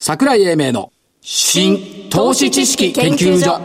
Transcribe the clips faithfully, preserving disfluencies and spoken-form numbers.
桜井英明の新投資知識研究所。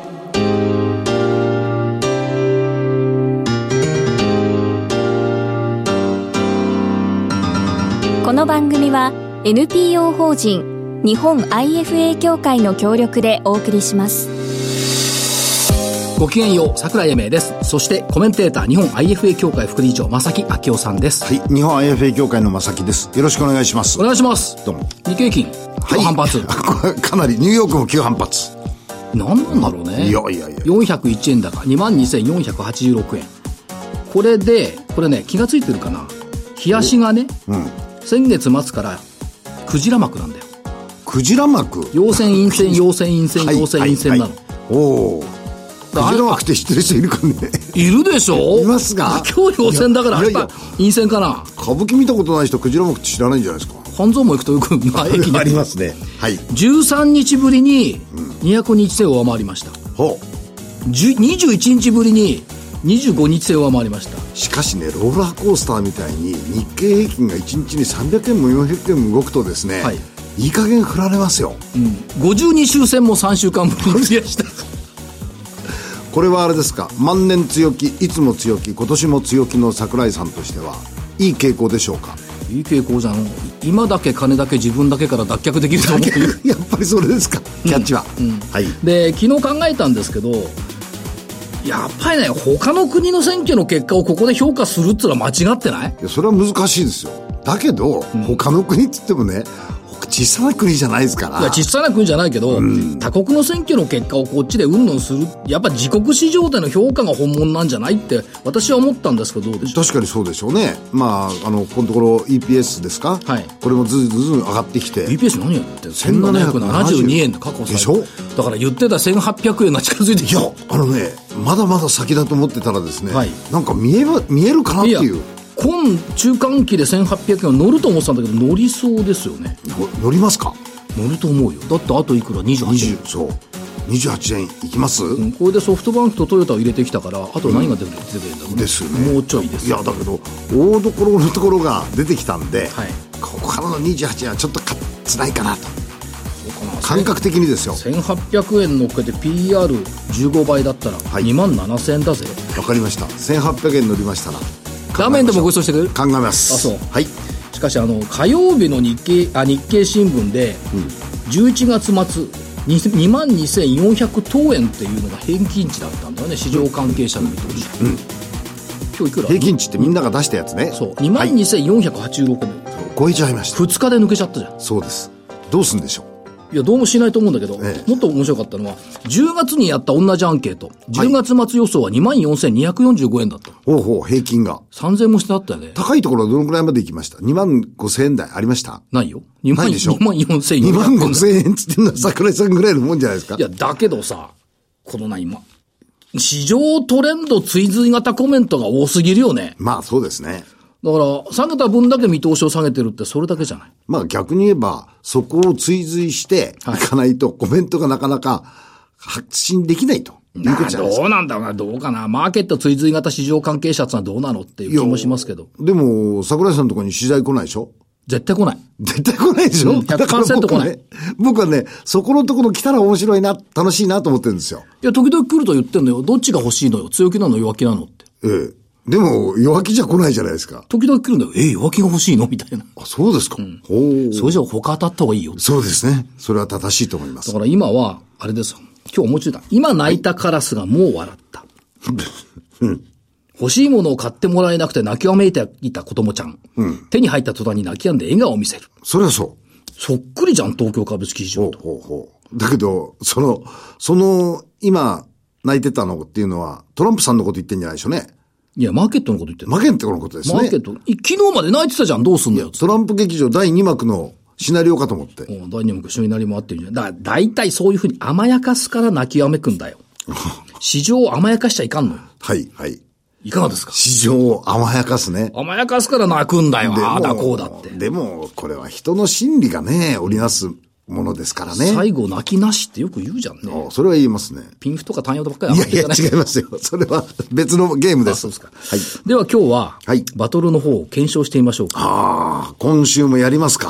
この番組は エヌピーオー 法人日本 アイエフエー 協会の協力でお送りします。 ごきげんよう、桜井英明です。そしてコメンテーター、日本 アイエフエー 協会副理事長正木昭夫さんです。 はい、日本 アイエフエー 協会の正木です。よろしくお願いします。 お願いします。 どうも。 日経平均急反発、 はい、かなりニューヨークも急反発。 何なんだろうね。 いやいやいや、 よんひゃくいちえん高 にまんにせんよんひゃくはちじゅうろくえん。これでこれね、気がついてるかな、日足がね、うん、先月末からクジラ幕なんだよ。 クジラ幕、 陽線陰線陽線陰線陽線陰線なの、はいはいはい、おお、クジラ幕って知ってる人いるかね。 いるでしょ。 いますが、 今日陽線だから明日陰線かな。 歌舞伎見たことない人クジラ幕って知らないんじゃないですか。 半蔵も行くとよく、まあ、駅にありますね。はい。 じゅうさんにちぶりににひゃくにち線を上回りました。ほう。にじゅういちにちぶりににじゅうごにち線を上回りました。 しかしね、ローラーコースターみたいに日経平均がいちにちにさんびゃくえんもよんひゃくえんも動くとですね、はい、いい加減振られますよ。 うん、ごじゅうにしゅう線もさんしゅうかんぶりにクリアしたこれはあれですか、万年強気、いつも強気、今年も強気の桜井さんとしてはいい傾向でしょうか。 いい傾向じゃん。今だけ金だけ自分だけから脱却できると思ってるやっぱりそれですか、キャッチは、うんうん、 はい。で、昨日考えたんですけど、やっぱりね、他の国の選挙の結果をここで評価するってのは間違ってない？ いや、それは難しいですよ。だけど、うん、他の国って言ってもね、小さな国じゃないですから。 いや、小さな国じゃないけど、うん、他国の選挙の結果をこっちでうんぬんする、やっぱ自国市場での評価が本物なんじゃないって私は思ったんですけど、どうでしょう。 確かにそうでしょうね。まあ、あのこのところ イーピーエス ですか、はい、これもずずずん上がってきてイーピーエス 何やってんの。せんななひゃくななじゅうにえんで過去最高でしょ。だから言ってたせんはっぴゃくえんが近づいてきた。 いや、あのね、まだまだ先だと思ってたらですね、はい、なんか見えば見えるかなっていう。 今中間期でせんはっぴゃくえんは乗ると思ってたんだけど、乗りそうですよね。 乗りますか。 乗ると思うよ。だってあといくらにじゅうはちえん。 そうにじゅうはちえんいきます、うん、 これでソフトバンクとトヨタを入れてきたから、あと何が出てくるんだろう、ね、 ですよね。 もうちょいですよ、ね、 いやだけど大所のところが出てきたんで、はい、ここからのにじゅうはちえんはちょっとかつらいかなと。そうかな、感覚的にですよ。 せんはっぴゃくえん乗っけて ピーアールじゅうご 倍だったらにまんななせんえんだぜ。 わかりました。せんはっぴゃくえん乗りましたら画面でもご一緒してくれる。 考えます。 あ、そう。 はい。 しかしあの火曜日の日経、あ、日経新聞で、うん、じゅういちがつ末 にまんにせんよんひゃくとうえんっていうのが平均値だったんだよね、市場関係者の見通し、うんうん、今日いくら平均値ってみんなが出したやつね。 そう、にまんにせんよんひゃくはちじゅうろくえん、はい、 超えちゃいました。 ふつかで抜けちゃったじゃん。 そうです。どうすんでしょう。 いや、どうもしないと思うんだけど、ええ、もっと面白かったのはじゅうがつにやった同じアンケート、じゅうがつ末予想は にまんよんせんにひゃくよんじゅうごえんだった。 ほうほう、平均がさんぜんえんもしてあったよね。 高いところはどのくらいまで行きました？ にまんごせんえん台ありました？ ないよ。にまんよんせんよんひゃくえん。 にまんごせんえんつってんのは桜井さんぐらいのもんじゃないですか。 いや、だけどさ、このな、今市場トレンド追随型コメントが多すぎるよね。 まあそうですね。 だから下げた分だけ見通しを下げてるってそれだけじゃない。 まあ逆に言えばそこを追随していかないと、はい、コメントがなかなか発信できないということじゃないですか。 どうなんだろうな、どうかな。マーケット追随型市場関係者ってのはどうなのっていう気もしますけど。 でも桜井さんのところに取材来ないでしょ。 絶対来ない。 絶対来ないでしょ、うん、 ひゃくパーセント 来ない。 僕はね、そこのところ来たら面白いな、楽しいなと思ってるんですよ。 いや、時々来ると言ってんのよ。どっちが欲しいのよ。強気なの弱気なのって。 ええ。でも弱気じゃ来ないじゃないですか。 時々来るんだよ。えー、弱気が欲しいのみたいな。 あ、そうですか。うん、 ほそれじゃ他当たった方がいいよ。 そうですね。それは正しいと思います。 だから今はあれですよ。今日思いついた。今泣いたカラスがもう笑った。うん、欲しいものを買ってもらえなくて泣きわめいていた子供ちゃん。うん、手に入った途端に泣き止んで笑顔を見せる。 それはそう。 そっくりじゃん、東京株式市場と。 ほうほうほう。だけどそのその今泣いてたのっていうのはトランプさんのこと言ってんじゃないでしょうね。 いや、マーケットのこと言ってる。 マーケットのことですね。 マーケット。昨日まで泣いてたじゃん。どうすんだよ。 トランプ劇場だいにまくのシナリオかと思って。 だいにまくシナリオもあってるじゃん。だから、大体そういうふうに甘やかすから泣きわめくんだよ。市場を甘やかしちゃいかんのよ。 はい、はい。 いかがですか？ 市場を甘やかすね。 甘やかすから泣くんだよ。ああだこうだって。 でも、これは人の心理がね、織りなすものですからね。 最後泣きなしってよく言うじゃんね。 それは言いますね。 ピンフとか単用とばっかり上がっていかない。いやいや違いますよ。それは別のゲームです。 そうですか。はい。では今日は、はい、バトルの方を検証してみましょうか。 ああ、今週もやりますか。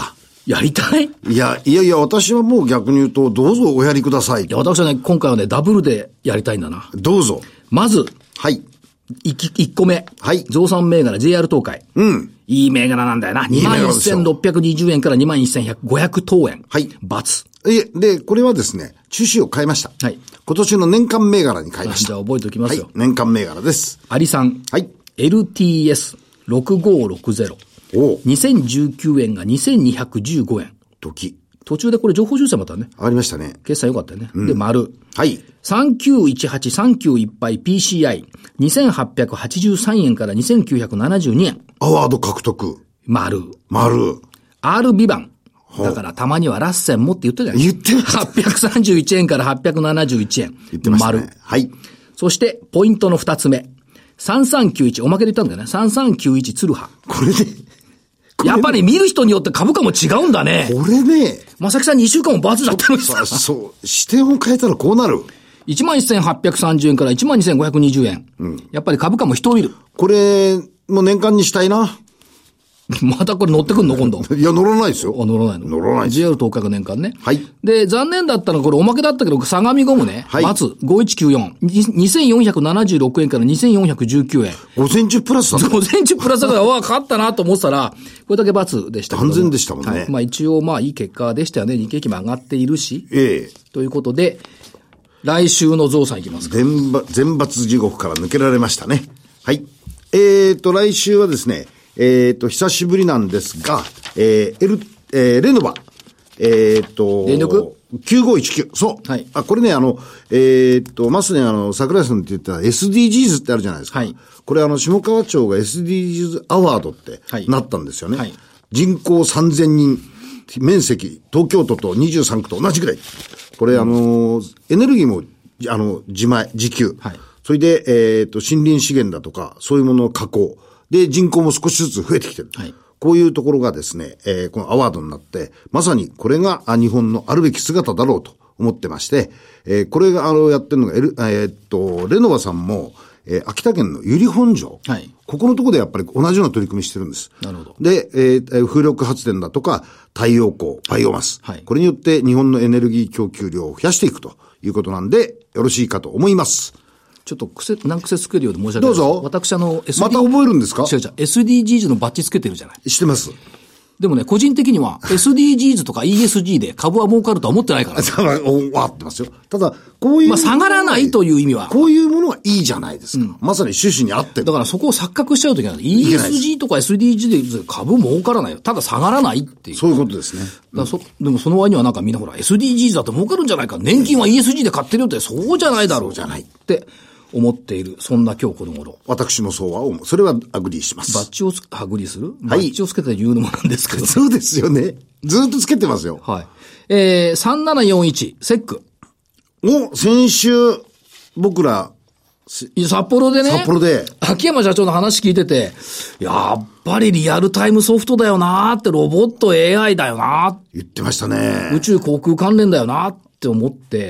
やりたい？ いや、いやいや、私はもう逆に言うと、どうぞおやりください。いや、私はね、今回はね、ダブルでやりたいんだな。 どうぞ。 まず、 はい。 いっこめ。 はい。 増産銘柄 ジェイアール 東海。 うん。 いい銘柄なんだよな。にまんせんろっぴゃくにじゅうえんから にまんせんごひゃくとうえん。 はい。 ×。 え、で、これはですね、趣旨を変えました。 はい。 今年の年間銘柄に変えました。 じゃあ覚えておきますよ。 はい。年間銘柄です。 アリさん。 はい。 エルティーエスろくごろくゼロ。 おにせんじゅうきゅうえんがにせんにひゃくじゅうごえん。 時。 途中でこれ情報修正またね。 ありましたね。 決算良かったよね。 うん、 で、丸。 はい。 さんきゅういちはち、さんきゅういっぱい ピーシーアイ。にせんはっぴゃくはちじゅうさんえんからにせんきゅうひゃくななじゅうにえん。 アワード獲得。 丸。 丸。 R ビバン。だからたまにはラッセンもって言ってるじゃない言ってました。 はっぴゃくさんじゅういちえんからはっぴゃくななじゅういちえん。 言ってましたね。 丸。 はい。 そして、ポイントの二つ目。さんさんきゅういち、おまけで言ったんだよね。さんさんきゅういちツルハ。 これで、 やっぱり見る人によって株価も違うんだね。 これね。 まさきさんにしゅうかんもバツだったのにさ。 そう。視点を変えたらこうなる。 いちまんせんはっぴゃくさんじゅうえんからいちまんにせんごひゃくにじゅうえん。うん。やっぱり株価も人を見る。 これ、もう年間にしたいな。 またこれ乗ってくんの今度。 いや、乗らないですよ。 あ、乗らないの乗らないです。 ジェイアール 東海が年間ね。 はい。 で、残念だったのはこれおまけだったけど、相模ゴムね。 はい。 バツごいちきゅうよん。にせんよんひゃくななじゅうろくえんからにせんよんひゃくじゅうきゅうえん。 ごセンチプラスだった。 ごセンチプラスだから、わあ、勝ったなと思ってたら、これだけバツでしたけど。 完全でしたもんね。 はい。まあ一応まあいい結果でしたよね。日経平均も上がっているし。 ええ。 ということで、来週の増産いきますか。 全場、全抜地獄から抜けられましたね。はい。えーと、来週はですね、えーと、久しぶりなんですが、えー、L、えー、レノバ、えーと、 電力きゅうごいちきゅう。そう。 はい。 あ、これね、あの、えーと、まさにあの、桜井さんって言った エスディージーズ ってあるじゃないですか。 はい。 これあの、下川町が エスディージーズ アワードってなったんですよね。はい。人口さんぜんにん、面積、東京都とにじゅうさんくと同じくらい。これ、うん、あの、エネルギーも、あの、自前、自給。はい。それで、えっと、森林資源だとか、そういうものの加工。で、人口も少しずつ増えてきてる。はい。こういうところがですね、えー、このアワードになって、まさにこれが日本のあるべき姿だろうと思ってまして、えー、これがあの、やってるのが、L、えー、っと、レノバさんも、えー、秋田県の由利本荘。はい。ここのところでやっぱり同じような取り組みしてるんです。なるほど。で、えー、風力発電だとか、太陽光、バイオマス。はい。これによって日本のエネルギー供給量を増やしていくということなんで、よろしいかと思います。 ちょっと癖、難癖つけるようで申し訳ない。 どうぞ。 私あの、 エスディー、また覚えるんですか？ 違う違う。エスディージーズ のバッジつけてるじゃない。 してます。 でもね、個人的には エスディージーズ とか イーエスジー で株は儲かるとは思ってないから、ね。 だから、わってますよ。ただ、こういう。 まあ、下がらないという意味は。 こういうものはいいじゃないですか。うん、まさに趣旨に合ってる。 だからそこを錯覚しちゃうといけない。イーエスジー とか エスディージー で株儲からないよ。ただ下がらないっていう。 そういうことですね。 だそでもその割にはなんかみんなほら エスディージーズ だと儲かるんじゃないか。年金は イーエスジー で買ってるよって、そうじゃないだろう。 そうじゃない。 って。思っている。そんな今日この頃。 私もそうは思う。それはアグリーします。 バッジをつ、アグリーする、はい、バッジをつけて言うのもなんですけど。 そうですよね。ずっとつけてますよ。 はい。えー、さんななよんいち、セック。 お、先週、僕ら、 札幌でね。 札幌で。 秋山社長の話聞いてて、やっぱりリアルタイムソフトだよなーって、ロボット エーアイ だよなー言ってましたね。 宇宙航空関連だよなーって思って、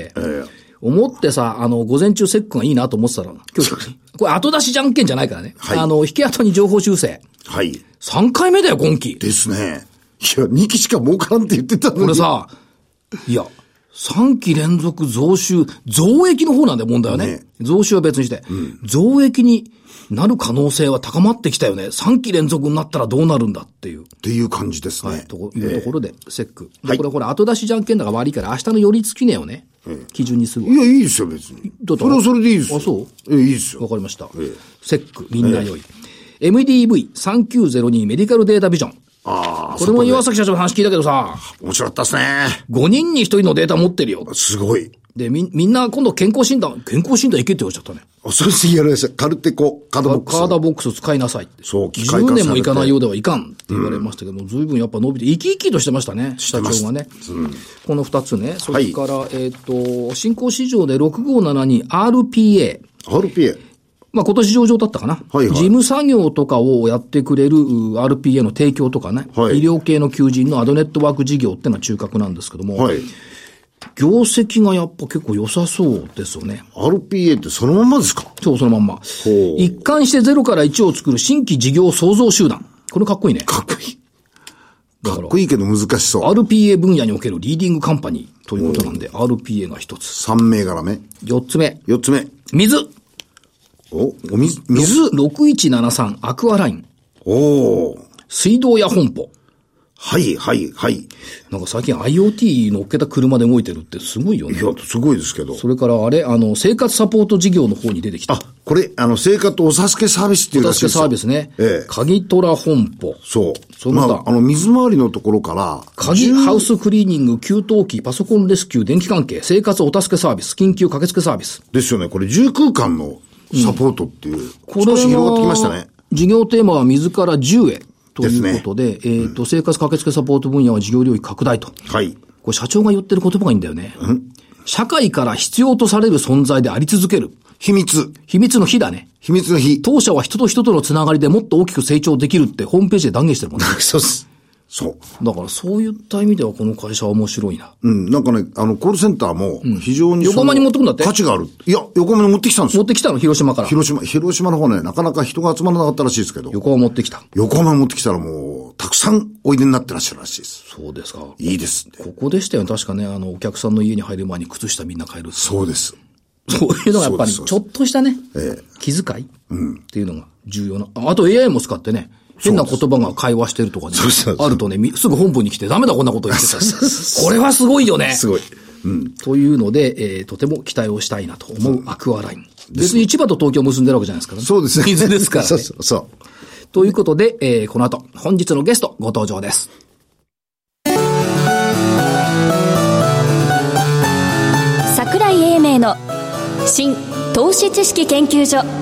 えー思ってさ、あの、午前中セックがいいなと思ってたら、今日、これ後出しじゃんけんじゃないからね。はい。あの、引き後に情報修正。はい。さんかいめだよ、今期。 ですね。いや、にきしか儲からんって言ってたのに。 これさ、いや、さんき連続増収、増益の方なんだよ、問題はね。ね増収は別にして、うん。増益になる可能性は高まってきたよね。さんき連続になったらどうなるんだっていう。 っていう感じですね。 はい。というところで、えー、セック。で、これほら、後出しじゃんけんだが悪いから、明日の寄り付き値をね、ええ、基準にするわ。 いや、いいですよ、別に。だそれはそれでいいですよ。 あ、そうええ、いいですよ。 わかりました。ええ、セック、みんな良い。ええ、エムディーブイさんきゅうゼロに メディカルデータビジョン。ああ。これも岩崎社長の話聞いたけどさ。 面白かったですね。 ごにんにひとりのデータ持ってるよ。 すごい。 で、み、みんな今度健康診断、健康診断行けって言われちゃったね。 あ、それすぎやられました。カルテコ、カードボックス。 カードボックス使いなさいって。 そう、 機械化されてじゅうねんも行かないようではいかんって言われましたけども、うん、随分やっぱ伸びて、生き生きとしてましたね、社長がね。うん、この二つね。それから、はい、えっ、ー、と、新興市場でろくごななに アールピーエー。 アールピーエー。 まあ今年上場だったかな。はいはい。事務作業とかをやってくれる アールピーエー の提供とかね。はい。医療系の求人のアドネットワーク事業ってのは中核なんですけども。はい。業績がやっぱ結構良さそうですよね。 アールピーエー ってそのまんまですか？ そう、そのまんま。一貫してゼロからいちを作る新規事業創造集団。これかっこいいね。 かっこいい。 かっこいいけど難しそう。 アールピーエー 分野におけるリーディングカンパニーということなんで、アールピーエー が一つ。 さん銘柄目。 よっつめ。 よっつめ。 水。 お、お水、水。 ろくいちななさんアクアライン。 おー。 水道屋本舗。 はい、はい、はい。 なんか最近 IoT 乗っけた車で動いてるってすごいよね。 いや、すごいですけど。 それからあれ、あの、生活サポート事業の方に出てきた。 あ、これ、あの、生活お助けサービスっていうお助けサービスね。ええ。鍵トラ本舗。 そう。 その他、 まあ、あの、水回りのところから、 鍵、ハウスクリーニング、給湯器、パソコンレスキュー、電気関係、生活お助けサービス、緊急駆けつけサービス。 ですよね。これ、住空間のサポートっていう、うん、少し広がってきましたね。 事業テーマは水から住へ。ということで、でね、えっ、ー、と、うん、生活駆けつけサポート分野は事業領域拡大と。 はい。 これ社長が言ってる言葉がいいんだよね。うん、社会から必要とされる存在であり続ける。 秘密。 秘密の秘だね。 秘密の秘。 当社は人と人とのつながりでもっと大きく成長できるってホームページで断言してるもんね。 そうです。そう。 だからそういった意味ではこの会社は面白いな。 うん。なんかね、あの、コールセンターも非常に、 うん、横浜に持ってくんだって。 価値がある。いや、横浜に持ってきたんですよ。 持ってきたの、広島から。 広島、広島の方ね、なかなか人が集まらなかったらしいですけど。 横浜持ってきた。 横浜に持ってきたらもう、たくさんおいでになってらっしゃるらしいです。 そうですか。 いいですね。 ここでしたよね。確かね、あの、お客さんの家に入る前に靴下みんな変える。 そうです。 そういうのがやっぱり、ちょっとしたね、ええ、気遣い、うん、っていうのが重要な。あと エーアイ も使ってね、変な言葉が会話してるとかね、あるとね、すぐ本部に来てダメだこんなこと言ってた。これはすごいよね。 すごい。 うん。というので、えー、とても期待をしたいなと思うアクアライン。別に千葉と東京を結んでるわけじゃないですからね。 そうですね。 水ですからね。 そうそうそう。 ということで、えー、この後、本日のゲストご登場です。 桜井英明の新投資知識研究所。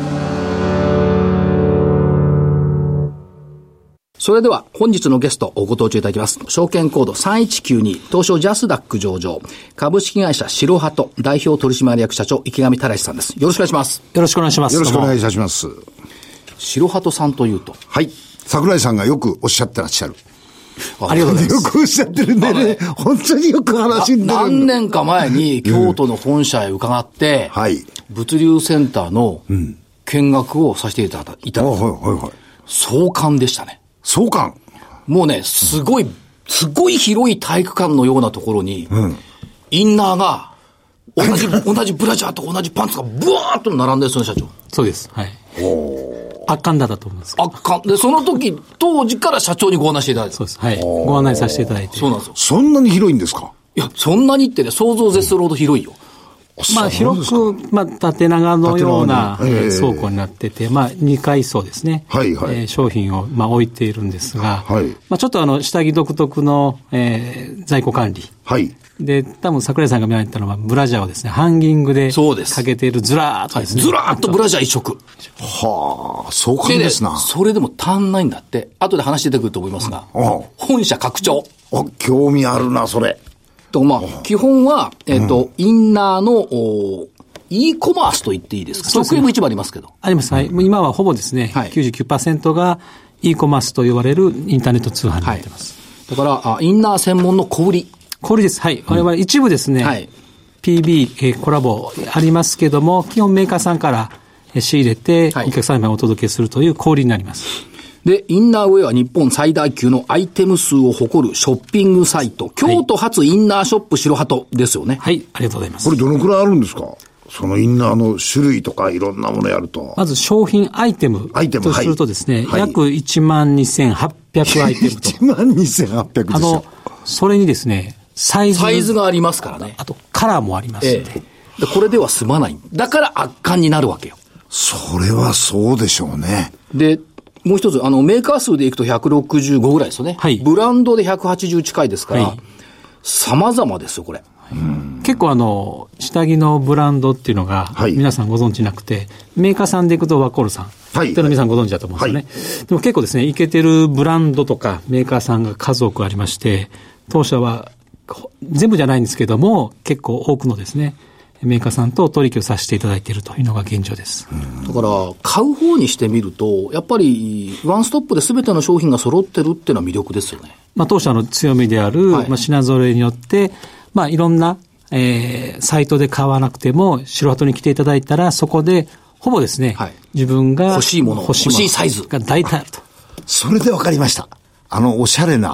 それでは本日のゲストをご登場いただきます。証券コードさんいちきゅうに東証ジャスダック上場株式会社白ハト代表取締役社長池上忠さんです。よろしくお願いします。 よろしくお願いします。 よろしくお願いいたします。 白ハトさんというと、 はい、桜井さんがよくおっしゃってらっしゃる。 ありがとうございます。 よくおっしゃってるんでね。本当によく話に出る。 何年か前に京都の本社へ伺って、うん、はい、物流センターの見学をさせていただいた、うん、はいはいはい、壮観でしたね。 壮観。 もうね、すごい、すごい広い体育館のようなところに、うん、インナーが、同じ、同じブラジャーと同じパンツがブワーッと並んでるんですよね、社長。 そうです。はい。圧巻だったと思います。 圧巻。で、その時、当時から社長にご案内していただいて。 そうです。はい。ご案内させていただいて。 そうなんですよ。 そんなに広いんですか？ いや、そんなにってね、想像絶するほど広いよ。 まあ、広く、まあ、縦長のような、えー、倉庫になってて、まあ、にかい層ですね。はいはい。えー、商品を、まあ、置いているんですが、はい。まあ、ちょっとあの、下着独特の、えー、在庫管理。はい。で、多分桜井さんが見られたのは、ブラジャーをですね、ハンギングで、そうです。かけているずらーっとですね。 ずらーっとブラジャー一色。 はあ、そうかですな。 それでも足んないんだって。後で話出てくると思いますが、うん、本社拡張。 あ、興味あるな、それ。 と、まあ、基本は、えっ、ー、と、うん、インナーの、e コマースと言っていいですか？直営も市場ありますけど。 あります。はい。今はほぼですね、はい、きゅうじゅうきゅうパーセント が e コマースと呼ばれるインターネット通販になってます。 はい、だからあ、インナー専門の小売り。 小売りです。はい。我々一部ですね、はい、ピービー、えー、コラボありますけども、基本メーカーさんから仕入れて、はい、お客様にお届けするという小売りになります。 で、インナーウェアは日本最大級のアイテム数を誇るショッピングサイト、京都発インナーショップ白ハトですよね。 はい、ありがとうございます。 これどのくらいあるんですか？そのインナーの種類とかいろんなものやると。 まず商品アイテムとするとですね、はい、約いちまんにせんはっぴゃくアイテムと。 いちまんにせんはっぴゃくですよ。あの、 それにですね、サイズ。 サイズがありますからね。 あと、カラーもありますので。ええ、でこれでは済まない。だから圧巻になるわけよ。 それはそうでしょうね。 で、もう一つ、あの、メーカー数でいくとひゃくろくじゅうごぐらいですよね。はい。ブランドでひゃくはちじゅう近いですから、はい、様々ですよ、これ。 うん、結構あの、下着のブランドっていうのが、皆さんご存知なくて、はい、メーカーさんでいくとワコールさん。はい。というの皆さんご存知だと思うんですよね。はい、でも結構ですね、イケてるブランドとかメーカーさんが数多くありまして、当社は全部じゃないんですけども、結構多くのですね、メーカーさんと取引をさせていただいているというのが現状です。 だから、買う方にしてみると、やっぱり、ワンストップで全ての商品が揃ってるっていうのは魅力ですよね。 まあ、当社の強みである、はい、まあ、品揃えによって、まあ、いろんな、えー、サイトで買わなくても、白ハトに来ていただいたら、そこで、ほぼですね、はい、自分が欲しいもの、欲しいサイズが大体あると。 それで分かりました。あの、おしゃれな、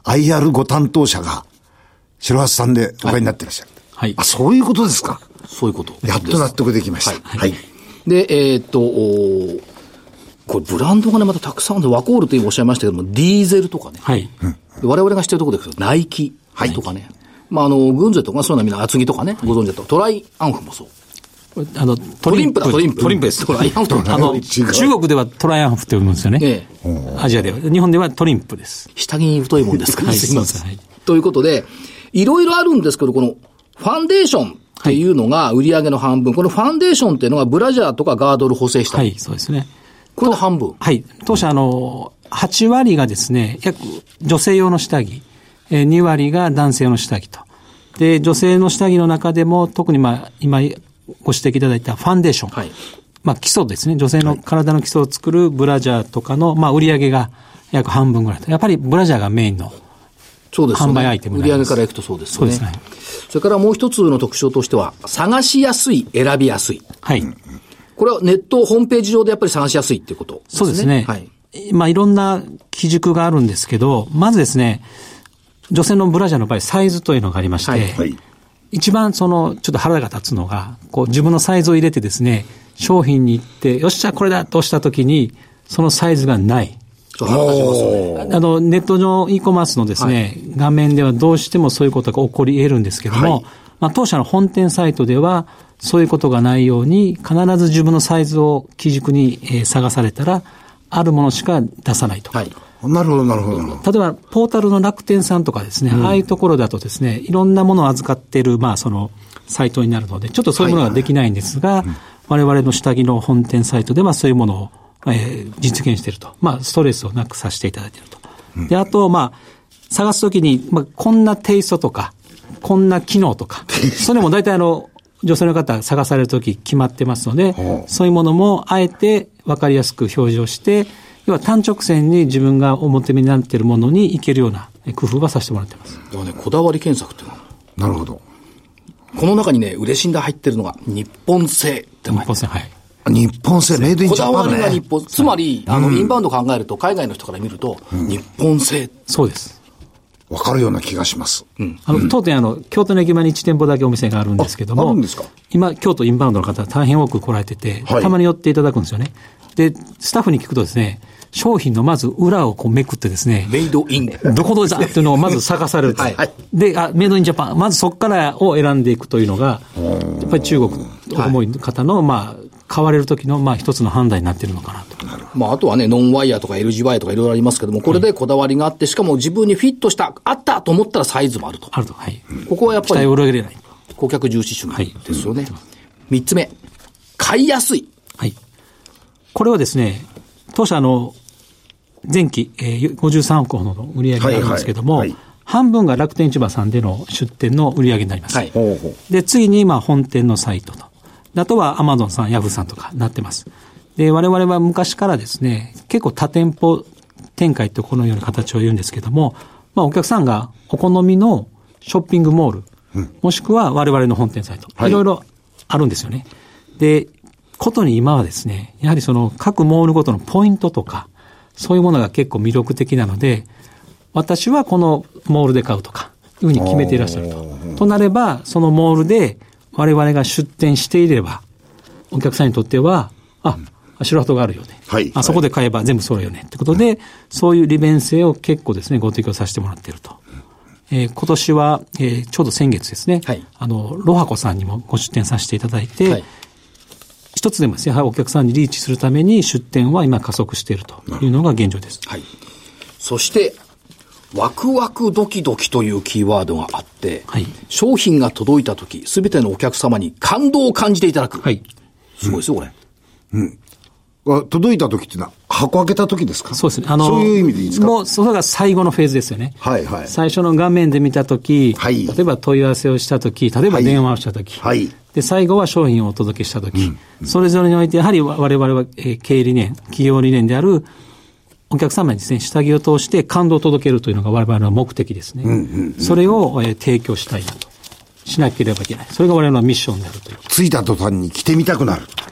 アイアール ご担当者が白橋さんでお買いになってらっしゃる。 はい。 あ、そういうことですか。 そういうこと。 やっと納得できました。はい。はい、 で、えー、っと、これブランドがね、またたくさんあるんで、ワコールとおっしゃいましたけども、ディーゼルとかね。はい。我々が知ってるところですけど、ナイキとかね。はい、まあ、あの、グンゼとか、そういうのはみんな厚木とかね、ご存知だと。トライアンフもそう。 あの、 トリンプだ、トリンプ。 トリンプです。 トライアンフとあの、中国ではトライアンフって呼ぶんですよね。ええ。アジアでは。日本ではトリンプです。 下着太いもんですから、すいません。ということで、いろいろあるんですけど、この、ファンデーションっていうのが売上の半分。このファンデーションっていうのがブラジャーとかガードル補正下着。 はい、そうですね。 これの半分。 はい。当社、あの、はち割がですね、約女性用の下着、に割が男性用の下着と。で、女性の下着の中でも、特にまあ、今、ご指摘いただいたファンデーション。はい。まあ、基礎ですね。女性の体の基礎を作るブラジャーとかの、まあ、売り上げが約半分ぐらいと。やっぱりブラジャーがメインの販売アイテムになります。 売上からいくとそうですね。 そうですね。 それからもう一つの特徴としては、探しやすい、選びやすい。 はい。 これはネット、ホームページ上でやっぱり探しやすいっていうことですね。 そうですね。はい。まあ、いろんな基軸があるんですけど、まずですね、女性のブラジャーの場合、サイズというのがありまして、はいはい、一番その、ちょっと腹が立つのが、こう自分のサイズを入れてですね、商品に行って、よっしゃ、これだと押したときに、そのサイズがない。 あの、 ネット上 e コマースのですね、はい、画面ではどうしてもそういうことが起こり得るんですけども、はい、まあ、当社の本店サイトでは、そういうことがないように、必ず自分のサイズを基軸に、えー、探されたら、あるものしか出さないと。はい。 なるほど、なるほど。 例えば、ポータルの楽天さんとかですね、うん、ああいうところだとですね、いろんなものを預かっている、まあ、その、サイトになるので、ちょっとそういうものができないんですが、はいはい、我々の下着の本店サイトではそういうものを、えー、実現していると。まあ、ストレスをなくさせていただいていると。うん、で、あと、まあ、探すときに、まあ、こんなテイストとか、こんな機能とか、それも大体あの、女性の方探されるとき決まってますので、そういうものもあえて分かりやすく表示をして、要は単直線に自分がお求めになっているものにいけるような工夫はさせてもらってます。 だからね、こだわり検索っていうのは。 なるほど。 この中にね、嬉しんで入ってるのが日本製って日本製、はい。 日本製、メイドインジャパンね。 こだわりが日本、つまり、はい、あの、うん、インバウンド考えると、海外の人から見ると、うん、日本製。 そうです。 わかるような気がします。 うん。あの、当店、あの、京都の駅前にいち店舗だけお店があるんですけども、 あるんですか？ 今、京都インバウンドの方大変多く来られてて、はい、たまに寄っていただくんですよね。で、スタッフに聞くとですね、商品のまず裏をこうめくってですね、 メイドイン。 どこどこだっていうのをまず探されると。はい、で、あ、メイドインジャパン。まずそこからを選んでいくというのが、やっぱり中国思いの方の、まあ、買われる時の、まあ、一つの判断になっているのかなと。 まあ、あとはね、ノンワイヤーとか エルジーワイヤーとかいろいろありますけども、これでこだわりがあって、しかも自分にフィットした、あったと思ったらサイズもあると。 あると。はい。 ここはやっぱり、 期待を裏切れない。 顧客重視主義ですよね。三、はい、つ目、買いやすい。 はい。これはですね、当社の前期、えー、ごじゅうさんおくほどの売り上げがあるんですけども、はいはいはい、半分が楽天市場さんでの出店の売り上げになります。はい、で、次にまあ本店のサイトと。あとはアマゾンさん、ヤフーさんとかなってます。で、我々は昔からですね、結構多店舗展開とこのような形を言うんですけども、まあお客さんがお好みのショッピングモール、うん、もしくは我々の本店サイト、はい、いろいろあるんですよね。で、ことに今はですね、やはりその各モールごとのポイントとか、そういうものが結構魅力的なので、私はこのモールで買うとか、いうふうに決めていらっしゃると。となれば、そのモールで我々が出店していれば、お客さんにとっては、あ、白鳩があるよね。はい。あそこで買えば全部揃うよね。ってことで、そういう利便性を結構ですね、ご提供させてもらっていると。えー、今年は、えー、ちょうど先月ですね、はい、あの、ロハコさんにもご出店させていただいて、はい、一つでもですね、やはりお客さんにリーチするために出店は今加速しているというのが現状です。 はい。そして、ワクワクドキドキというキーワードがあって、はい、商品が届いたとき、すべてのお客様に感動を感じていただく。はい。すごいですよ、これ。 うん。うん、届いたときっていうのは、箱開けたときですか？ そうですね。あの、 そういう意味でいいですか？ もう、それが最後のフェーズですよね。 はいはい。 最初の画面で見たとき、はい、例えば問い合わせをしたとき、例えば電話をしたとき、はい。で、最後は商品をお届けしたとき、うんうん、それぞれにおいて、やはり我々は、えー、経営理念、企業理念である、お客様にですね、下着を通して感動を届けるというのが我々の目的ですね。うんうんうん、それを、えー、提供したいなと。しなければいけない。それが我々のミッションであるという。 着いた途端に着てみたくなる。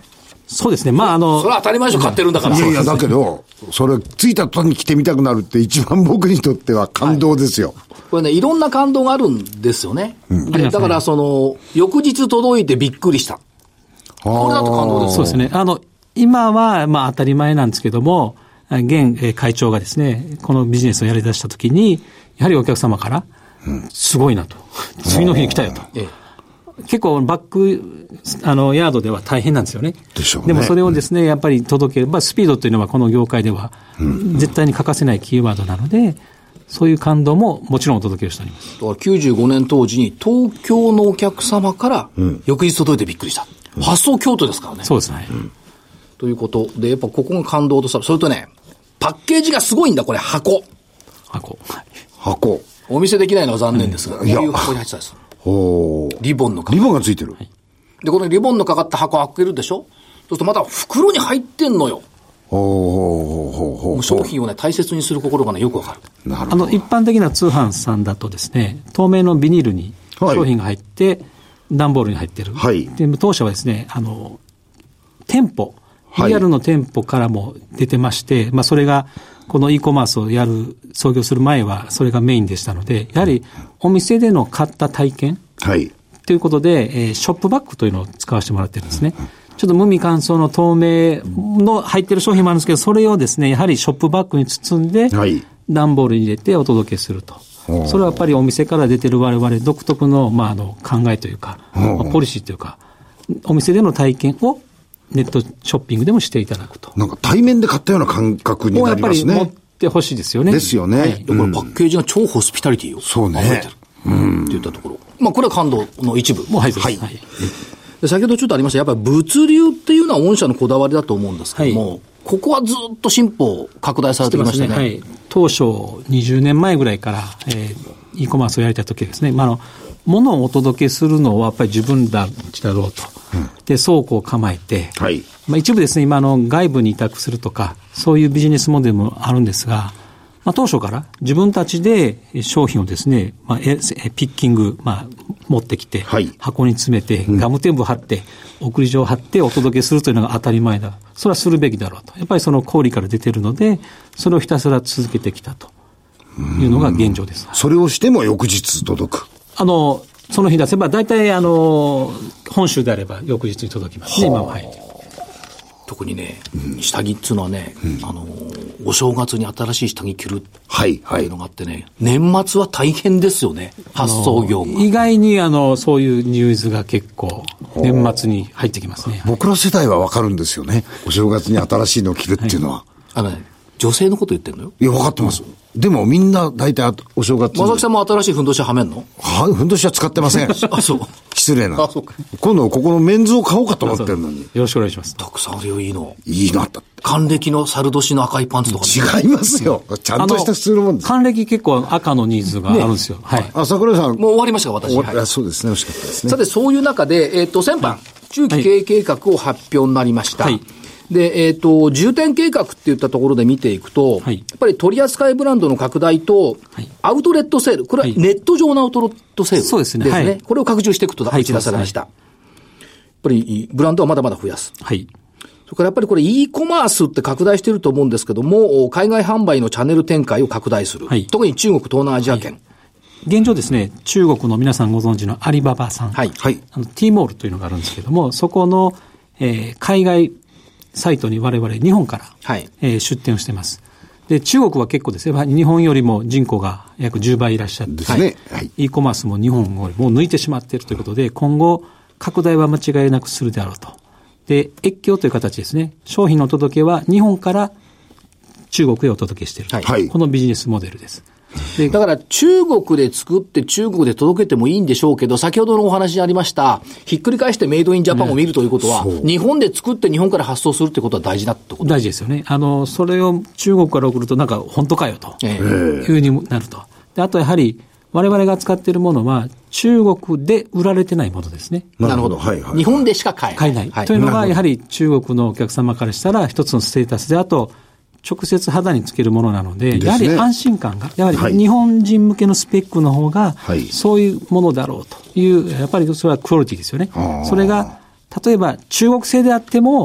そうですね。まあ、あの。 それは当たり前でしょ、買ってるんだから。 いやいや、だけど、それ、着いた途端に着てみたくなるって一番僕にとっては感動ですよ。はい、 これね、いろんな感動があるんですよね。うん、でだから、その、翌日届いてびっくりした。これだと感動です。 そうですね。あの、今は、まあ当たり前なんですけども、現会長がですね、このビジネスをやり出したときに、やはりお客様から、すごいなと。次の日に来たよと。ええ、結構バック、あの、ヤードでは大変なんですよね。 でしょうね。 でもそれをですね、やっぱり届ける。まあスピードというのはこの業界では、絶対に欠かせないキーワードなので、そういう感動ももちろんお届けをしております。 だからきゅうじゅうごねん当時に東京のお客様から翌日届いてびっくりした。うん、発想京都ですからね。 そうですね。うん、 ということで、やっぱここが感動とさ、それとね、パッケージがすごいんだ、これ、箱。 箱。 箱。 お見せできないのは残念ですが、うん、こういう箱に入ってたんです。 ほう。 リボンのかかった。 リボンがついてる。はい、 で、このリボンのかかった箱開けるでしょ？そうするとまた袋に入ってんのよ。 ほうほうほうほうほう。 商品をね、大切にする心がね、よくわかる。 なるほど。あの、一般的な通販さんだとですね、透明のビニールに商品が入って、はい、段ボールに入ってる。はい。で、当社はですね、あの、店舗、リアルの店舗からも出てまして、はい、まあそれが、この e コマースをやる、創業する前はそれがメインでしたので、やはりお店での買った体験。はい。ということで、えー、ショップバッグというのを使わせてもらってるんですね。うん、ちょっと無味乾燥の透明の入ってる商品もあるんですけど、それをですね、やはりショップバッグに包んで、はい、段ボールに入れてお届けすると。それはやっぱりお店から出てる我々独特の、まあ、あの考えというか、まあ、ポリシーというか、お店での体験をネットショッピングでもしていただくと。 なんか対面で買ったような感覚になりますね。 やっぱり持ってほしいですよね。 ですよね。はい、 だからパッケージが超ホスピタリティをそうね。 溢れてる。うん。っていったところ。まあこれは感動の一部。 もう入ってます。 はい。で先ほどちょっとありました、やっぱり物流っていうのは御社のこだわりだと思うんですけども、はい、ここはずっと進歩拡大されてきましたね。はい。 当初にじゅうねんまえぐらいから、えー、e コマースをやりたいときですね、まあ、あの、物をお届けするのはやっぱり自分たちだろうと。うん、で、倉庫を構えて、はい。まあ一部ですね、今の外部に委託するとか、そういうビジネスモデルもあるんですが、まあ当初から自分たちで商品をですね、まあ、ピッキング、まあ、持ってきて、はい、箱に詰めて、ガムテープ貼って、うん、送り状貼ってお届けするというのが当たり前だ。それはするべきだろうと。やっぱりその小売から出てるので、それをひたすら続けてきたというのが現状です。 それをしても翌日届く。 あの、その日出せば、大体あの、本州であれば翌日に届きますね、今は。はい。 特にね、うん、下着っていうのはね、うん、あの、お正月に新しい下着着るっていうのがあってね、はいはい、年末は大変ですよね、発送業務。 意外にあの、そういうニュースが結構、年末に入ってきますね。 僕ら世代はわかるんですよね。お正月に新しいのを着るっていうのは。はい、 あのね、女性のこと言ってんのよ。 いや、わかってます。うん、でもみんな大体お正月に。 正木さんも新しいふんどしはめんの？ は、ふんどしは使ってません。 あ、そう。 失礼な。あ、そうか。今度ここのメンズを買おうかと思ってるのに。よろしくお願いします。 たくさんあるよ、いいの。 いいのあった。 還暦の猿年の赤いパンツとか、 ね。違いますよ。ちゃんとした普通のもんです。 還暦結構赤のニーズがあるんですよ。ね、はい。 あ、桜井さん。 もう終わりましたか、私。 はい、そうですね。惜しかったですね。 さて、そういう中で、えっ、ー、と、先般、はい、中期経営計画を発表になりました。はい。で、えっ、ー、と、重点計画っていったところで見ていくと、はい、やっぱり取扱いブランドの拡大と、はい、アウトレットセール、これはネット上のアウトレットセールですね。そうですね。はい、これを拡充していくと打ち出されました。はい、やっぱりブランドはまだまだ増やす。はい。それからやっぱりこれ e コマースって拡大していると思うんですけども、海外販売のチャンネル展開を拡大する。はい、特に中国、東南アジア圏。はい、 現状ですね、中国の皆さんご存知のアリババさん。はい。はい。あの、T モールというのがあるんですけども、そこの、えー、海外サイトに我々日本から、はいえー、出店をしています。で、中国は結構ですね、日本よりも人口が約じゅうばいいらっしゃって、ですね。はい。e コマースも日本をもう抜いてしまっているということで、今後、拡大は間違いなくするであろうと。で、越境という形ですね。商品のお届けは日本から中国へお届けしている。はい。このビジネスモデルです。 でだから中国で作って中国で届けてもいいんでしょうけど、先ほどのお話にありました、ひっくり返してメイドインジャパンを見るということは、ね、日本で作って日本から発送するってことは大事だってこと大事ですよね。あの、それを中国から送るとなんか本当かよというふうになると。で、あとやはり我々が使っているものは中国で売られてないものですね。 なるほど。はいはい、日本でしか買えない。 買えない。はい、というのがやはり中国のお客様からしたら一つのステータスで、あと直接肌につけるものなので、でね、やはり安心感が、やはり日本人向けのスペックの方が、はい、そういうものだろうという、やっぱりそれはクオリティですよね。それが、例えば中国製であっても、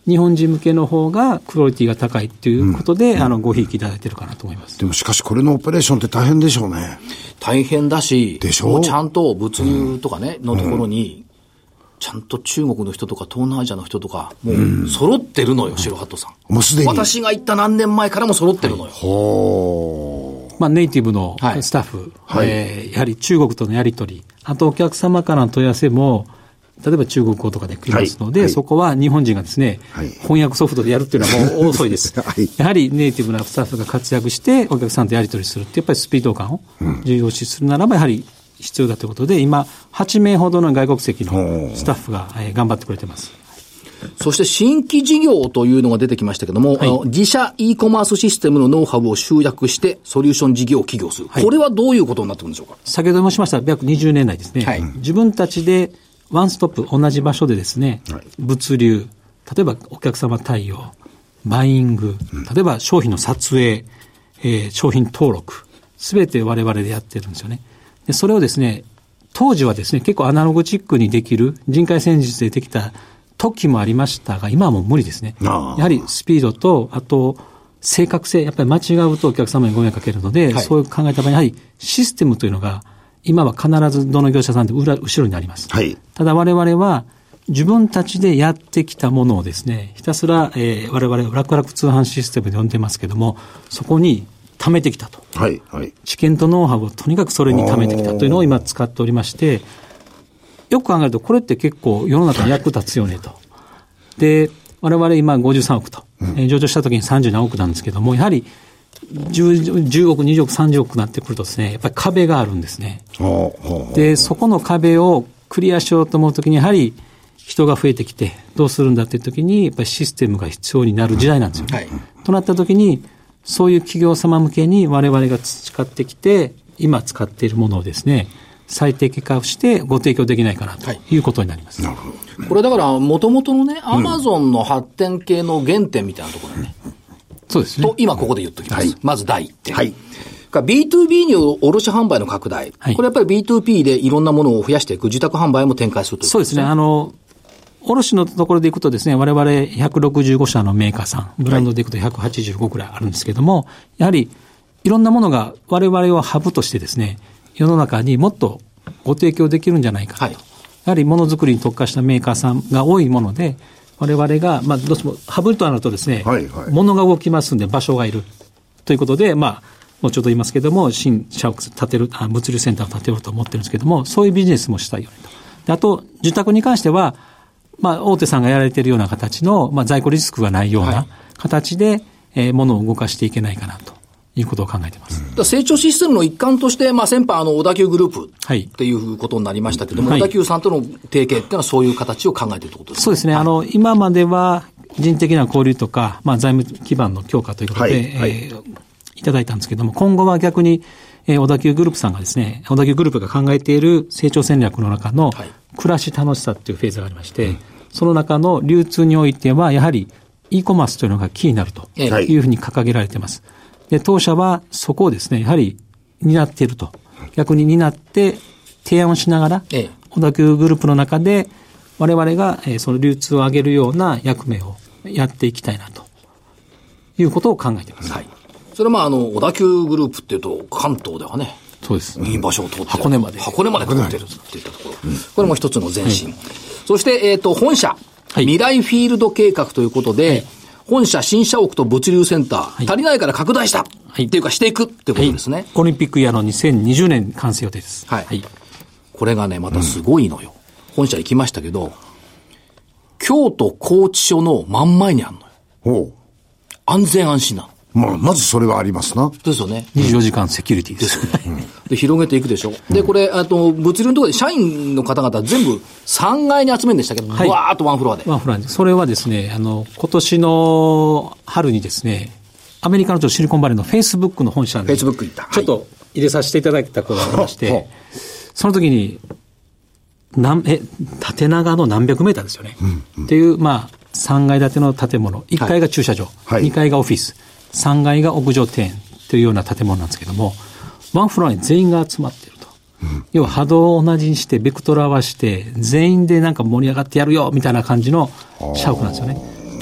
日本人向けの方がクオリティが高いということで、うん、あのごひいきいただいてるかなと思います。 でもしかしこれのオペレーションって大変でしょうね。 大変だし、 でしょう。 もうちゃんと物流とかね、うん、のところに、ちゃんと中国の人とか東南アジアの人とか、もう揃ってるのよ、うん、白鳩さん。 もうすでに。 私が行った何年前からも揃ってるのよ。はい、 ほー。まあ、ネイティブのスタッフ、はい、えー、やはり中国とのやり取り、あとお客様からの問い合わせも、例えば中国語とかで来ますので、はいはい、そこは日本人がですね、はい、翻訳ソフトでやるっていうのはもう遅いです。はい、やはりネイティブなスタッフが活躍してお客さんとやり取りするってやっぱりスピード感を重要視するならばやはり必要だということで、今はちめいほどの外国籍のスタッフが頑張ってくれてます。 そして新規事業というのが出てきましたけども、はい、あの自社 e コマースシステムのノウハウを集約してソリューション事業を起業する、はい、これはどういうことになってくるんでしょうか。 先ほど申しました約にじゅうねんだいですね、はい、自分たちでワンストップ同じ場所でですね、はい、物流、例えばお客様対応、バイング、例えば商品の撮影、えー、商品登録、すべて我々でやってるんですよね。でそれをですね、当時はですね、結構アナログチックにできる人海戦術でできた時もありましたが、今はもう無理ですね。やはりスピードと、あと正確性、やっぱり間違うとお客様にご迷惑かけるので、はい、そういう考えた場合にやはりシステムというのが今は必ずどの業者さんで裏後ろにあります。はい、ただ我々は自分たちでやってきたものをですね、ひたすら、えー、我々は楽々通販システムで呼んでますけども、そこに貯めてきたと。はいはい、知見とノウハウをとにかくそれに貯めてきたというのを今使っておりまして、よく考えるとこれって結構世の中に役立つよねと。で、我々今ごじゅうさんおくと、うん、えー、上場した時にさんじゅうななおくなんですけども、やはりじゅうおく、にじゅうおく、さんじゅうおくになってくるとですね、やっぱり壁があるんですね。で、そこの壁をクリアしようと思うときに、やはり人が増えてきて、どうするんだっていうときに、やっぱりシステムが必要になる時代なんですよね。はい、となったときに、そういう企業様向けに我々が培ってきて、今使っているものをですね、最適化してご提供できないかなということになります。はい、なるほど。これだから、もともとのね、アマゾンの発展系の原点みたいなところね。 そうですね。 と、今ここで言っときます。はい、まずだいいってん。はい。 ビーツービー による卸販売の拡大。はい、これやっぱり ビーツーピー でいろんなものを増やしていく、自宅販売も展開するということですね。 そうですね。あの、卸のところでいくとですね、我々ひゃくろくじゅうごしゃのメーカーさん、ブランドでいくとひゃくはちじゅうごくらいあるんですけども、やはりいろんなものが我々をハブとしてですね、世の中にもっとご提供できるんじゃないかと。はい、やはりものづくりに特化したメーカーさんが多いもので、我々が、まあ、どうしてもハブとなるとですね、はいはい、物が動きますんで場所がいるということで、まあ、もうちょっと言いますけども、新社を建てる、あ、物流センターを建てようと思ってるんですけども、そういうビジネスもしたいよねと。で、あと、受託に関しては、まあ、大手さんがやられているような形の、まあ、在庫リスクがないような形で、はい、えー、物を動かしていけないかなということを考えています。 うん、成長システムの一環として、まあ、先般、あの、小田急グループっていうことになりましたけども、はい、小田急さんとの提携っていうのはそういう形を考えているということですか。 そうですね。はい、あの、今までは人的な交流とか、まあ、財務基盤の強化ということで、はいはい、えー、いただいたんですけども、今後は逆に、えー、小田急グループさんがですね、小田急グループが考えている成長戦略の中の、暮らし楽しさっていうフェーズがありまして、はい、その中の流通においては、やはり e コマースというのがキーになるというふうに掲げられています。で、当社はそこをですね、やはり担っていると。逆に担って提案をしながら、小田急グループの中で我々がその流通を上げるような役目をやっていきたいなということを考えています。はい。 それはまあ、あの、小田急グループっていうと、関東ではね、 そうです。 いい場所を通って、 箱根まで。 箱根まで通ってるっていったところ。うん、これも一つの前進。はい、そして、えっと、本社、はい、未来フィールド計画ということで、はい、本社、新社屋と物流センター、はい、足りないから拡大した、はい、っていうかしていくっていうことですね。はい、 オリンピックイヤーのにせんにじゅうねん完成予定です。 はい。はい、これがね、またすごいのよ。うん、本社行きましたけど、京都拘置所の真ん前にあるのよ。おう。安全安心なの。 まあ、まずそれはありますな。 ですよね。 にじゅうよじかんセキュリティですよね。 うん、で、広げていくでしょ。うん、で、これ、あと、物流のところで社員の方々全部さんがいに集めるんでしたけど、はい、わーっとワンフロアで。 ワンフロアで。それはですね、あの、今年の春にですね、アメリカのシリコンバレーのフェイスブックの本社に、 フェイスブック行った。 ちょっと入れさせていただいたことがありまして、はい、その時に、なんえ、縦長の何百メーターですよね。うんうん、っていう、まあ、さんがい建ての建物、いっかいが駐車場、はい、にかいがオフィス、さんがいが屋上庭園というような建物なんですけども、ワンフロアに全員が集まっていると。うん、要は波動を同じにして、ベクトル合わせて、全員でなんか盛り上がってやるよみたいな感じの社屋なんですよね。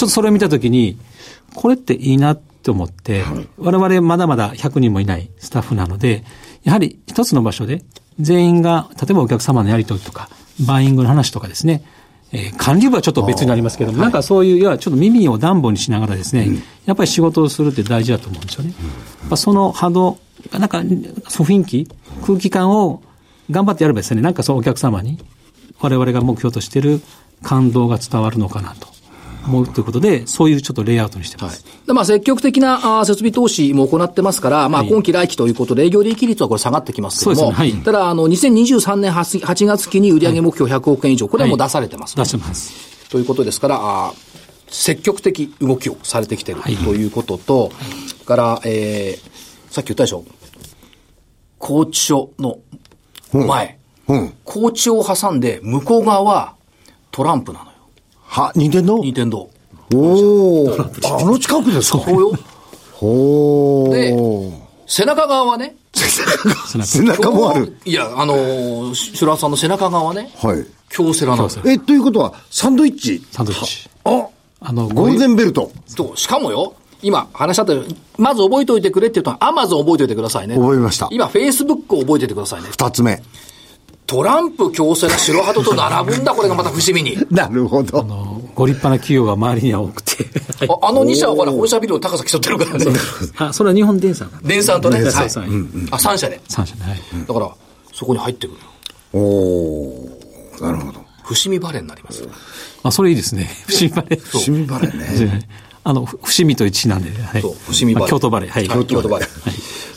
とそれを見たときに、これっていいなって思って、はい、我々まだまだひゃくにんもいないスタッフなので、やはり一つの場所で全員が、例えばお客様のやり取りとか、バイイングの話とかですね、えー、管理部はちょっと別になりますけども、なんかそういう、いや、ちょっと耳を暖房にしながらですね、うん、やっぱり仕事をするって大事だと思うんですよね。うん、その波動、なんか、雰囲気、空気感を頑張ってやればですね、なんかそうお客様に、我々が目標としている感動が伝わるのかなと思うということで、そういうちょっとレイアウトにしてます。 はい、でまあ、積極的なあ設備投資も行ってますから、まあ、今期来期ということで営業利益率はこれ下がってきますけども、そうですね、はい、ただ、あの、にせんにじゅうさんねんはちがつ期に売上目標ひゃくおくえん以上、これはもう出されてます、ね、 はい、出してます。 ということですから、あ積極的動きをされてきている、はい、ということと、はい、から、えー、さっき言ったでしょ、拘置所の前、うんうん、拘置所を挟んで向こう側はトランプなのよ。 は、任天堂？ 任天堂。 おー。あの近くですか？ そうよ。 ほー。 で、背中側はね。 背中もある。 いや、あのー、シュラーさんの背中側はね。 はい。 京セラなんですよ。 え、ということは、サンドイッチ。 サンドイッチ。 あ、あの、ゴールデンベルト。 と、しかもよ、今話し合ったように、まず覚えておいてくれって言うと、アマゾン覚えておいてくださいね。 覚えました。 今、フェイスブックを覚えておいてくださいね。 二つ目。 トランプ、京セラ、白鳩と並ぶんだ、これがまた不思議に。 なるほど。 あの、ご立派な企業が周りには多くて。 あ, あのに社はほら、本社ビルの高さ競ってるからね。 あ、それは日本電産。 電産とね。 電産、はい、うんうん。 あ、さん社で。 さん社で、はい。 だから、そこに入ってくる。 おー、なるほど。 伏見バレーになります。 あ、それいいですね。伏見バレー。 伏見バレーね。 あの、伏見と一致なんで、はい。 そう、伏見バレー。 京都バレー。はい。 京都バレー。はい。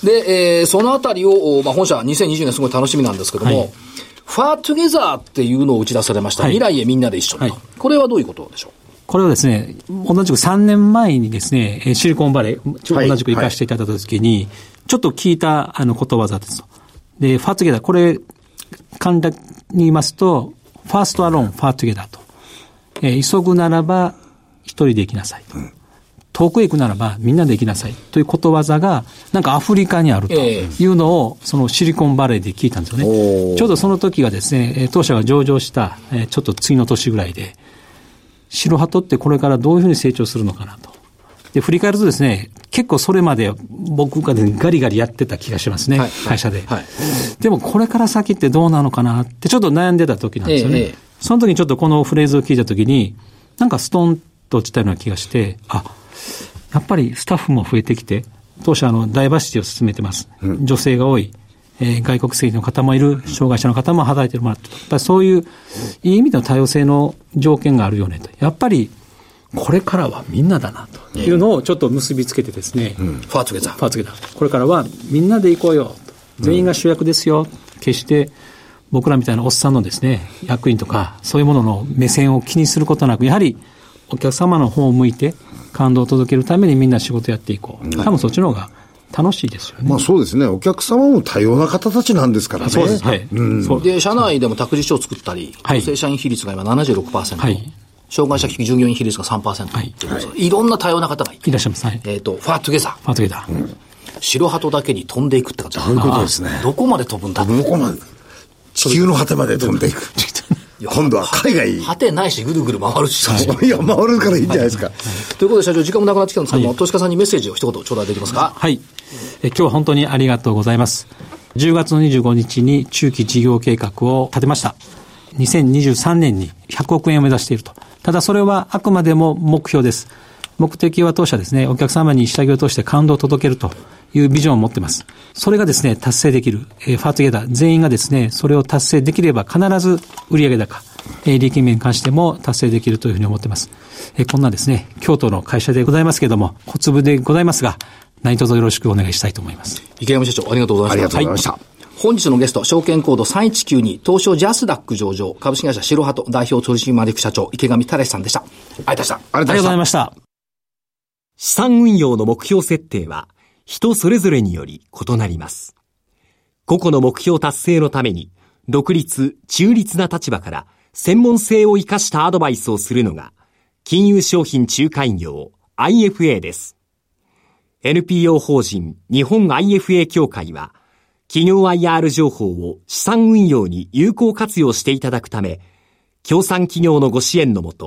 で、えー、そのあたりを、まあ、本社にせんにじゅうねんすごい楽しみなんですけども、はい、ファートゥゲザーっていうのを打ち出されました。はい、未来へみんなで一緒に、はい。これはどういうことでしょう？ これはですね、同じくさんねんまえにですね、シリコンバレー、同じく行かせていただいたときに、はいはい、ちょっと聞いたあのことわざですと。で、ファートゥゲザー、これ、簡単に言いますと、ファーストアローン、ファートゥゲザーと。えー、急ぐならば一人で行きなさいと、うん。遠くへ行くならばみんなで行きなさいということわざがなんかアフリカにあるというのをそのシリコンバレーで聞いたんですよね。ちょうどその時がですね、当社が上場したちょっと次の年ぐらいで、白鳩ってこれからどういうふうに成長するのかなと。で、振り返るとですね、結構それまで僕がガリガリやってた気がしますね、はい、会社で、はい。でもこれから先ってどうなのかなってちょっと悩んでた時なんですよね。ええ、その時にちょっとこのフレーズを聞いた時に、なんかストンと落ちたような気がして、あ、やっぱりスタッフも増えてきて、当社あのダイバーシティを進めてます。うん、女性が多い、えー、外国籍の方もいる、障害者の方も働いてもらって、やっぱりそういういい意味での多様性の条件があるよねと。やっぱりこれからはみんなだなというのをちょっと結びつけてですね、 うん、ファートゥゲザー。 ファートゥゲザー。これからはみんなで行こうよと。全員が主役ですよ。決して僕らみたいなおっさんのですね、役員とかそういうものの目線を気にすることなく、やはりお客様の方を向いて感動を届けるためにみんな仕事やっていこう。多分そっちの方が楽しいですよね。 まあそうですね。お客様も多様な方たちなんですからね。 そうです。はい。 うん、で、社内でも託児所を作ったり、はい、女性社員比率が今 ななじゅうろくパーセント。はい。障害者従業員比率が さんパーセント。はい。いろんな多様な方がいて。 いらっしゃいます。はい。 えっ、ー、と、ファートゥゲザー。 ファートゥゲザー。うん、 白鳩だけに飛んでいくって感じ。 そういうことですね。 どこまで飛ぶんだ。 どこまで。地球の果てまで飛んでいく。今度は海外。 果てないし、ぐるぐる回るし。 いや、回るからいいんじゃないですか。はい、 ということで、社長、時間もなくなってきたんですけども、はい、投資家さんにメッセージを一言頂戴できますか。 はい。え今日は本当にありがとうございます。じゅうがつのにじゅうごにちに中期事業計画を立てました。にせんにじゅうさんねんにひゃくおくえんを目指していると。ただそれはあくまでも目標です。目的は当社ですね、お客様に下着を通して感動を届けるというビジョンを持っています。それがですね、達成できる、えー、ファートゥゲザー全員がですね、それを達成できれば必ず売上高、えー、利益面に関しても達成できるというふうに思っています。えー、こんなですね、京都の会社でございますけれども、小粒でございますが、何卒よろしくお願いしたいと思います。 池山社長、ありがとうございました。 ありがとうございました。はい、 本日のゲスト、証券コードさんいちきゅうに、東証ジャスダック上場、株式会社白鳩代表取締役社長、池上忠さんでした。ありがとうございました。 ありがとうございました。 資産運用の目標設定は人それぞれにより異なります。個々の目標達成のために独立、中立な立場から専門性を生かしたアドバイスをするのが金融商品仲介業 アイエフエー です。エヌピーオー 法人日本 アイエフエー 協会は企業 アイアール 情報を資産運用に有効活用していただくため、協賛企業のご支援のもと、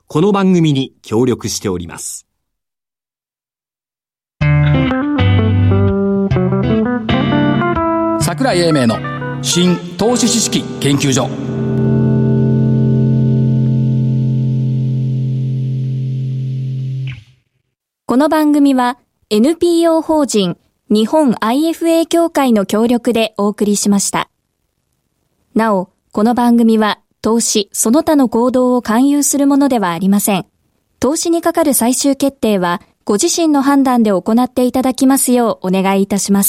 この番組に協力しております。 櫻井英明の新投資知識研究所。 この番組は エヌピーオー 法人日本 アイエフエー 協会の協力でお送りしました。なお、この番組は投資その他の行動を勧誘するものではありません。投資にかかる最終決定はご自身の判断で行っていただきますようお願いいたします。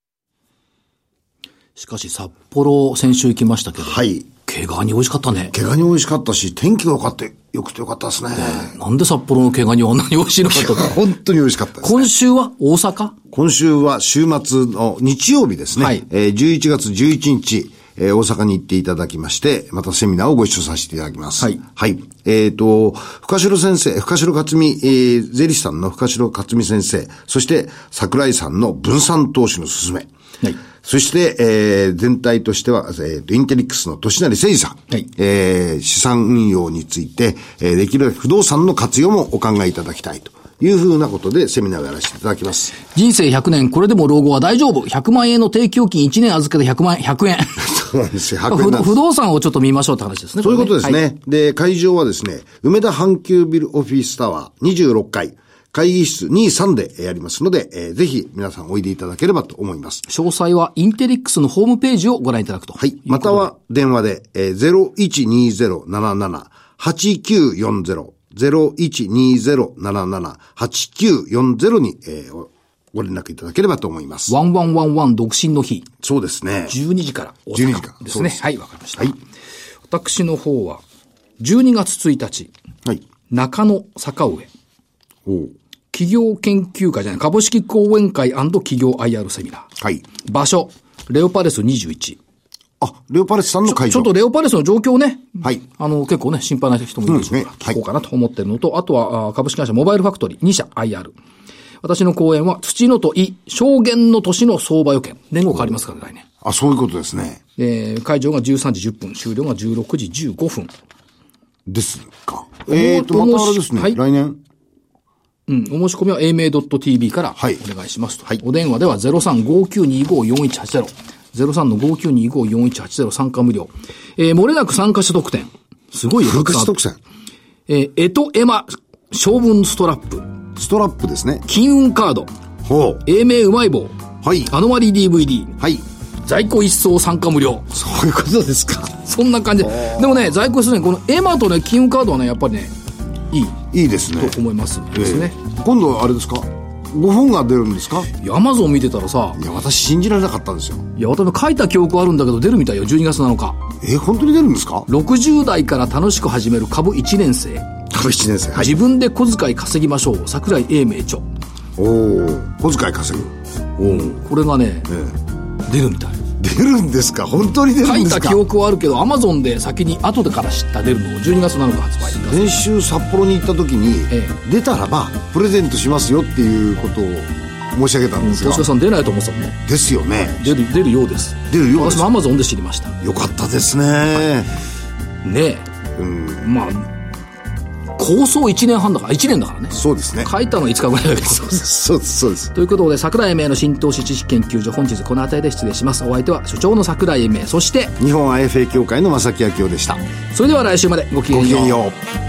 しかし札幌先週行きましたけど、 はい。 毛ガニ美味しかったね。 毛ガニ美味しかったし、天気が良かった、良くて良かったですね。 なんで札幌の毛ガニはあんなに美味しいのかと。 本当に美味しかったです、ね。 今週は大阪？ 今週は週末の日曜日ですね。はい。えー、じゅういちがつじゅういちにち、えー、大阪に行っていただきまして、またセミナーをご一緒させていただきます。はい。はい。えっ、ー、と、深城先生、深城克美、えー、税理士さんの深城克美先生、そして桜井さんの分散投資のすすめ。はい。そして、えー、全体としては、えーと、インテリックスの利成誠二さん。はい。えー、資産運用について、えー、できる不動産の活用もお考えいただきたいというふうなことでセミナーをやらせていただきます。 人生ひゃくねん、これでも老後は大丈夫。ひゃくまんえんの定期預金いちねん預けてひゃくまん円、ひゃくえん。 そうなんですよ。ひゃくえんなんです。 不動産をちょっと見ましょうって話ですね。 そういうことですね。はい、で、会場はですね、梅田阪急ビルオフィスタワーにじゅうろっかい。会議室にじゅうさんでやりますので、えー、ぜひ皆さんおいでいただければと思います。 詳細はインテリックスのホームページをご覧いただくと。 はい。または電話で、えー、ゼロいちにゼロなななな はちきゅうよんゼロ ゼロいちにゼロなななな はちきゅうよんゼロ に、えー、ご連絡いただければと思います。 いちいちいちいち独身の日。 そうですね。 じゅうにじから大阪じゅうにじからですね。はい、わかりました。 はい。 私の方はじゅうにがつついたち。はい。中野坂上。おう。企業研究会じゃない、株式講演会&企業 アイアール セミナー。はい。場所、レオパレスにじゅういち。 あ、レオパレスさんの会場。 ちょっとレオパレスの状況ね。 はい。 あの、結構ね、心配な人もいるでしょうから、聞こうかなと思ってるのと、あとは、株式会社モバイルファクトリーに社 アイアール。私の講演は、土のとい、証言の年の相場予見。年号変わりますから、来年。 あ、そういうことですね。 えー、会場がじゅうさんじじゅっぷん、終了がじゅうろくじじゅうごふん。 ですか。えーと、またあれですね。はい、来年。 うん。お申し込みは エーエムエードットティービー からお願いしますと。はい。お電話では ゼロさんごきゅうにごよんいちはちゼロ。ゼロさんのごきゅうにごよんいちはちゼロ 参加無料。えー、漏れなく参加者特典。すごいよ。 参加者特典。 えー、エトエマ将軍ストラップ。 ストラップですね。 金運カード。ほう。英明うまい棒。はい。アノマリー ディーブイディー。はい。在庫一掃参加無料。 そういうことですか。 そんな感じで。でもね、在庫一掃ね、このエマとね、金運カードはね、やっぱりね、いい。 いいですね。 と思いますですね。 えー、今度あれですか、ごほんが出るんですか？ いや、アマゾン見てたらさ。 いや、私信じられなかったんですよ。 いや、私も書いた記憶あるんだけど、出るみたいよ、じゅうにがつなのか。 えー、本当に出るんですか？ ろくじゅう代から楽しく始める株いちねん生。 株いちねん生。はい。 自分で小遣い稼ぎましょう。櫻井英明著。 おー、小遣い稼ぐ。 おー。これがね、えー、出るみたい。 出るんですか？本当に出るんですか？ 書いた記憶はあるけど、アマゾンで先に後でから知った出るのをじゅうにがつなのか発売。 先週札幌に行った時に、ええ、出たらばプレゼントしますよっていうことを申し上げたんですが、 うん、吉田さん出ないと思ってたもんね。 ですよね。 出る出るようです。 出るようです。 私もアマゾンで知りました。 よかったですね。 ねえ、うん、まあ構想いちねんはんだからいちねんだからね。 そうですね。 書いたのいつかぐらいだけど。 そうですそうですそうです。 ということで、櫻井英明の新投資知識研究所、本日この辺りで失礼します。お相手は所長の櫻井英明、そして日本 アイエフエー 協会の正木明夫でした。 それでは来週までごきげんよう。 ごきげんよう。